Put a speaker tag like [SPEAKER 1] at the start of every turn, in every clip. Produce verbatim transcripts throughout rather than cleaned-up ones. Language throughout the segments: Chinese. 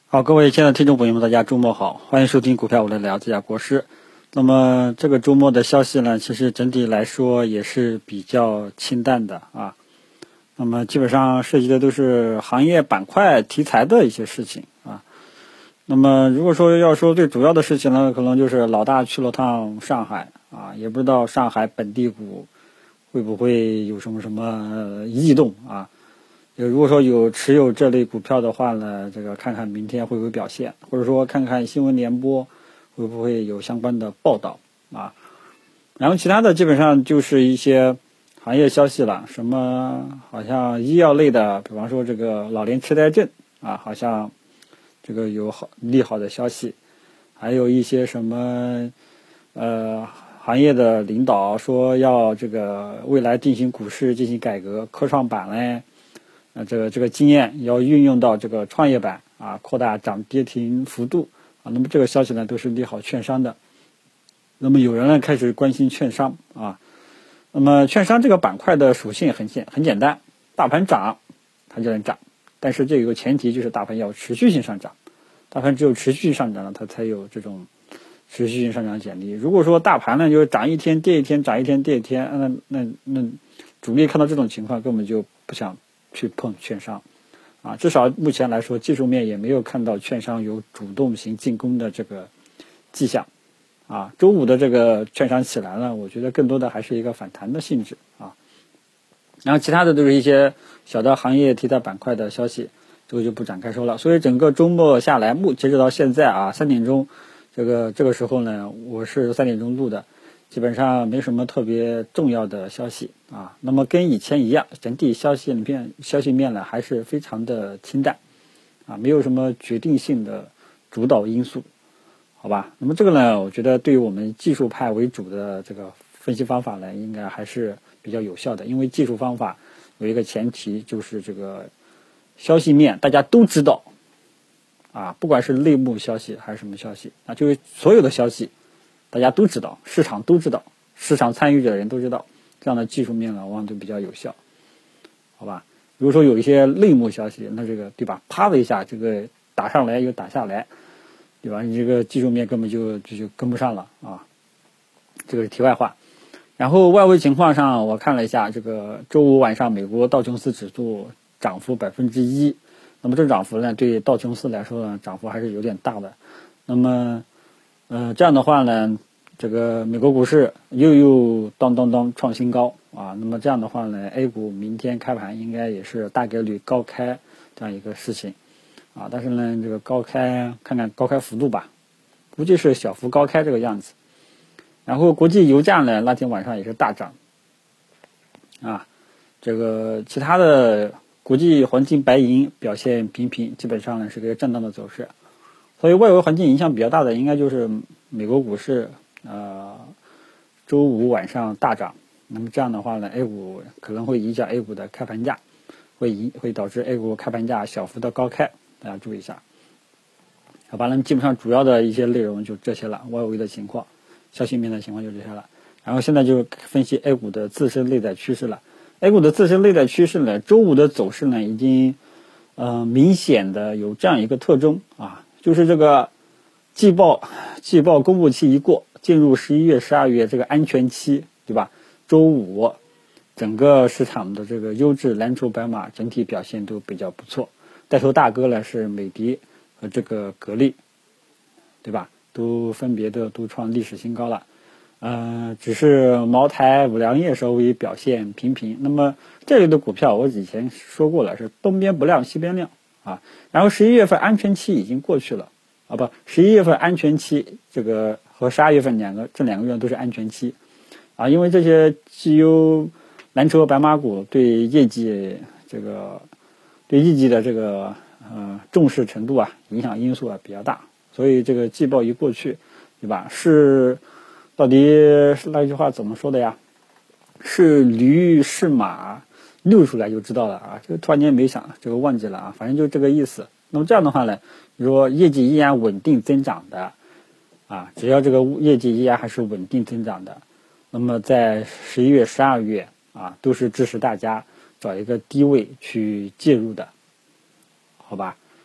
[SPEAKER 1] 好，各位亲爱的听众朋友们，大家周末好，欢迎收听股票我来聊这家国师。那么这个周末的消息呢，其实整体来说也是比较清淡的啊。那么基本上涉及的都是行业板块题材的一些事情啊。那么如果说要说最主要的事情呢，可能就是老大去了趟上海啊，也不知道上海本地股会不会有什么什么异动啊。如果说有持有这类股票的话呢，这个看看明天会不会表现，或者说看看新闻联播会不会有相关的报道啊。然后其他的基本上就是一些行业消息了，什么好像医药类的，比方说这个老年痴呆症啊，好像这个有好利好的消息，还有一些什么呃行业的领导说要这个未来进行股市进行改革，科创板嘞。呃，这个这个经验要运用到这个创业板啊，扩大涨跌停幅度啊。那么这个消息呢，都是利好券商的。那么有人呢开始关心券商啊。那么券商这个板块的属性很简很简单，大盘涨它就能涨，但是这有个前提，就是大盘要持续性上涨。大盘只有持续性上涨了，它才有这种持续性上涨潜力。如果说大盘呢就是涨一天跌一天，涨一天跌一天，那那那主力看到这种情况，根本就不想去碰券商啊，至少目前来说，技术面也没有看到券商有主动型进攻的这个迹象啊。周五的这个券商起来了，我觉得更多的还是一个反弹的性质啊。然后其他的都是一些小的行业题材板块的消息，这个就不展开说了。所以整个周末下来，目截止到现在啊，三点钟这个这个时候呢，我是三点钟录的。基本上没什么特别重要的消息啊，那么跟以前一样，整体消息面消息面呢还是非常的清淡啊，没有什么决定性的主导因素，好吧？那么这个呢，我觉得对于我们技术派为主的这个分析方法呢，应该还是比较有效的，因为技术方法有一个前提，就是这个消息面大家都知道啊，不管是内幕消息还是什么消息啊，就是所有的消息。大家都知道，市场都知道，市场参与者的人都知道，这样的技术面呢，往往都比较有效，好吧？如果说有一些内幕消息，那这个对吧？啪的一下，这个打上来又打下来，对吧？你这个技术面根本就就就跟不上了啊。这个是题外话。然后外围情况上，我看了一下，这个周五晚上美国道琼斯指数涨幅百分之一，那么这涨幅呢，对道琼斯来说呢，涨幅还是有点大的。那么呃，这样的话呢，这个美国股市又又当当当创新高啊，那么这样的话呢 ，A 股明天开盘应该也是大概率高开这样一个事情啊，但是呢，这个高开看看高开幅度吧，估计是小幅高开这个样子。然后国际油价呢，那天晚上也是大涨啊，这个其他的国际黄金、白银表现平平，基本上呢是个震荡的走势。所以外围环境影响比较大的，应该就是美国股市，呃，周五晚上大涨。那么这样的话呢 ，A 股可能会影响 A 股的开盘价，会影会导致 A 股开盘价小幅的高开，大家注意一下。好吧，那么基本上主要的一些内容就这些了，外围的情况、消息面的情况就这些了。然后现在就分析 A 股的自身内在趋势了。A 股的自身内在趋势呢，周五的走势呢，已经呃明显的有这样一个特征啊。就是这个季报季报公布期一过，进入十一月、十二月这个安全期，对吧？周五整个市场的这个优质蓝筹白马整体表现都比较不错，带头大哥呢是美的和这个格力，对吧？都分别的都创历史新高了。呃，只是茅台、五粮液稍微表现平平。那么这类的股票，我以前说过了，是东边不亮西边亮。啊，然后十一月份安全期已经过去了，啊不，十一月份安全期这个和十二月份两个这两个月都是安全期，啊，因为这些绩优蓝筹白马股对业绩这个对业绩的这个呃重视程度啊，影响因素啊比较大，所以这个季报一过去，对吧？是到底是那句话怎么说的呀？是驴是马？溜出来就知道了啊！这个突然间没想，这个忘记了啊，反正就这个意思。那么这样的话呢，如果业绩依然稳定增长的，啊，只要这个业绩依然还是稳定增长的，那么在十一月、十二月啊，都是支持大家找一个低位去介入的，好吧？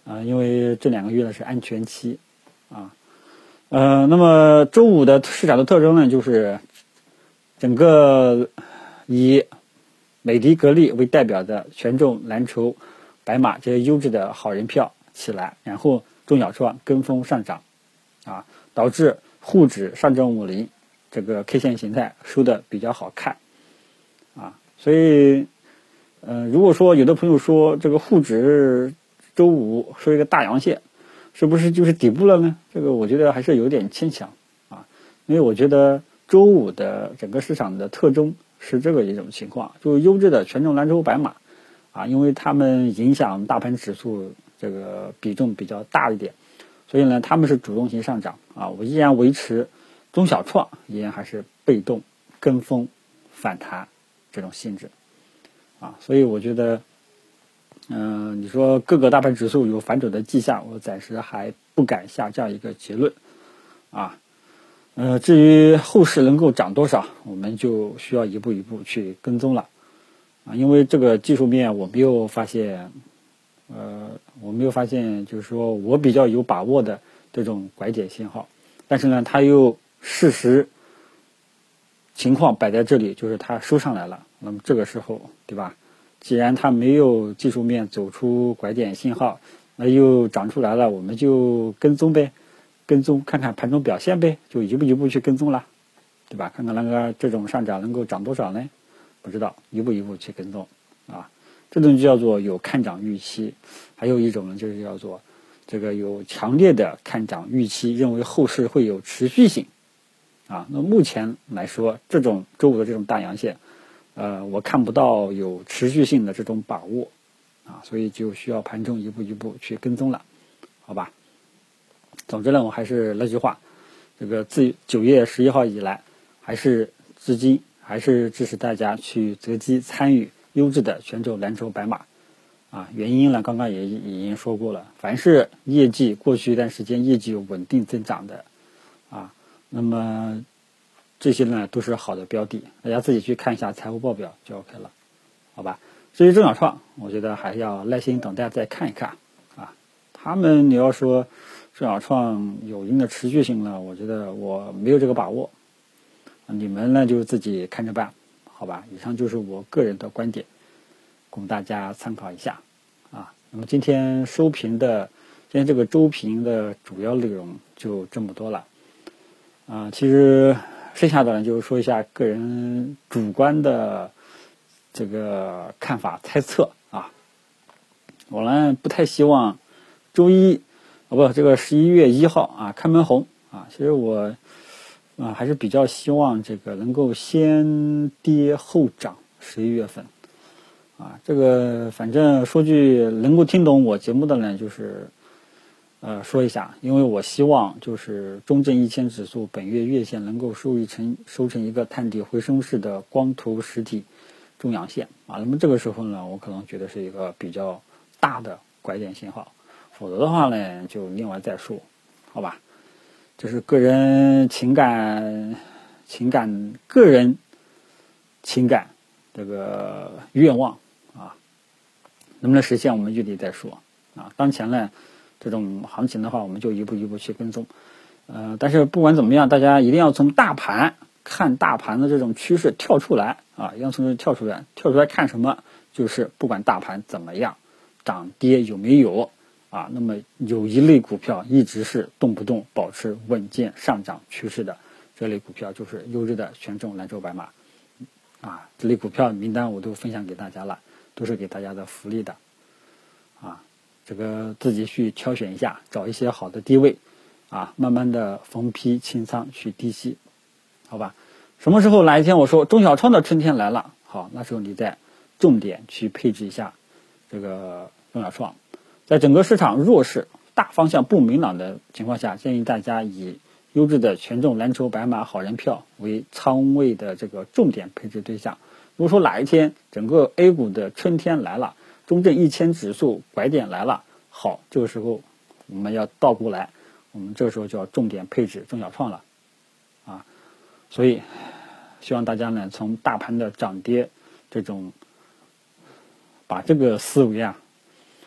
[SPEAKER 1] 啊，因为这两个月呢是安全期啊。呃，那么周五的市场的特征呢，就是整个以美的格力为代表的权重蓝筹白马这些优质的好人票起来，然后中小创跟风上涨啊，导致沪指上证五零这个 K 线形态收的比较好看啊。所以呃，如果说有的朋友说这个沪指周五收一个大阳线，是不是就是底部了呢？这个我觉得还是有点牵强啊，因为我觉得周五的整个市场的特征是这个一种情况，就是优质的权重蓝筹白马啊，因为他们影响大盘指数这个比重比较大一点，所以呢他们是主动型上涨啊，我依然维持中小创依然还是被动跟风反弹这种性质啊，所以我觉得嗯、呃，你说各个大盘指数有反转的迹象，我暂时还不敢下这样一个结论啊。呃，至于后市能够涨多少，我们就需要一步一步去跟踪了啊。因为这个技术面我没有发现，呃，我没有发现就是说我比较有把握的这种拐点信号，但是呢，它又事实情况摆在这里，就是它收上来了。那么这个时候，对吧？既然它没有技术面走出拐点信号，那又涨出来了，我们就跟踪呗，跟踪看看盘中表现呗，就一步一步去跟踪了，对吧？看看那个这种上涨能够涨多少呢？不知道，一步一步去跟踪啊，这种就叫做有看涨预期。还有一种呢，就是叫做这个有强烈的看涨预期，认为后市会有持续性啊。那目前来说，这种周五的这种大阳线。呃，我看不到有持续性的这种把握啊，所以就需要盘中一步一步去跟踪了，好吧？总之呢，我还是那句话，这个自九月十一号以来，还是资金还是支持大家去择机参与优质的权重蓝筹白马啊。原因呢，刚刚也已经说过了，凡是业绩过去一段时间业绩有稳定增长的啊，那么这些呢都是好的标的，大家自己去看一下财务报表就 OK 了，好吧？至于中小创，我觉得还要耐心等待再看一看啊。他们你要说中小创有一定的持续性呢，我觉得我没有这个把握，你们呢就自己看着办，好吧？以上就是我个人的观点，供大家参考一下啊。那么今天收评的，今天这个周评的主要内容就这么多了啊。其实剩下的呢，就是说一下个人主观的这个看法、猜测啊。我呢不太希望周一，哦不，这个十一月一号啊开门红啊。其实我啊还是比较希望这个能够先跌后涨，十一月份啊。这个反正说句能够听懂我节目的呢，就是。呃，说一下，因为我希望就是中证一千指数本月月线能够收一成收成一个探底回升式的光头实体中阳线啊，那么这个时候呢，我可能觉得是一个比较大的拐点信号，否则的话呢，就另外再说，好吧？这是个人情感、情感、个人情感这个愿望啊，能不能实现我们具体再说啊。当前呢。这种行情的话，我们就一步一步去跟踪，呃，但是不管怎么样，大家一定要从大盘看大盘的这种趋势跳出来啊，一定要从这跳出来，跳出来看什么？就是不管大盘怎么样，涨跌有没有啊，那么有一类股票一直是动不动保持稳健上涨趋势的，这类股票就是优质的权重蓝筹白马啊，这类股票名单我都分享给大家了，都是给大家的福利的啊。这个自己去挑选一下，找一些好的低位，啊，慢慢的逢低清仓去低吸，好吧？什么时候哪一天我说中小创的春天来了，好，那时候你再重点去配置一下这个中小创。在整个市场弱势、大方向不明朗的情况下，建议大家以优质的权重蓝筹白马好人票为仓位的这个重点配置对象。如果说哪一天整个 A 股的春天来了，中证一千指数拐点来了，好，这个时候我们要倒过来，我们这个时候就要重点配置中小创了，啊，所以希望大家呢从大盘的涨跌这种，把这个思维啊，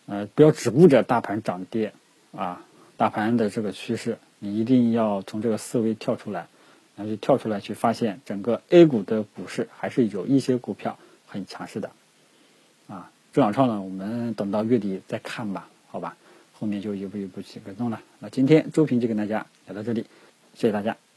[SPEAKER 1] 呃，不要只顾着大盘涨跌啊，大盘的这个趋势，你一定要从这个思维跳出来，然后就跳出来去发现整个 A 股的股市还是有一些股票很强势的啊。中小创呢，我们等到月底再看吧，好吧，后面就一步一步去跟踪了。那今天周评就跟大家聊到这里，谢谢大家。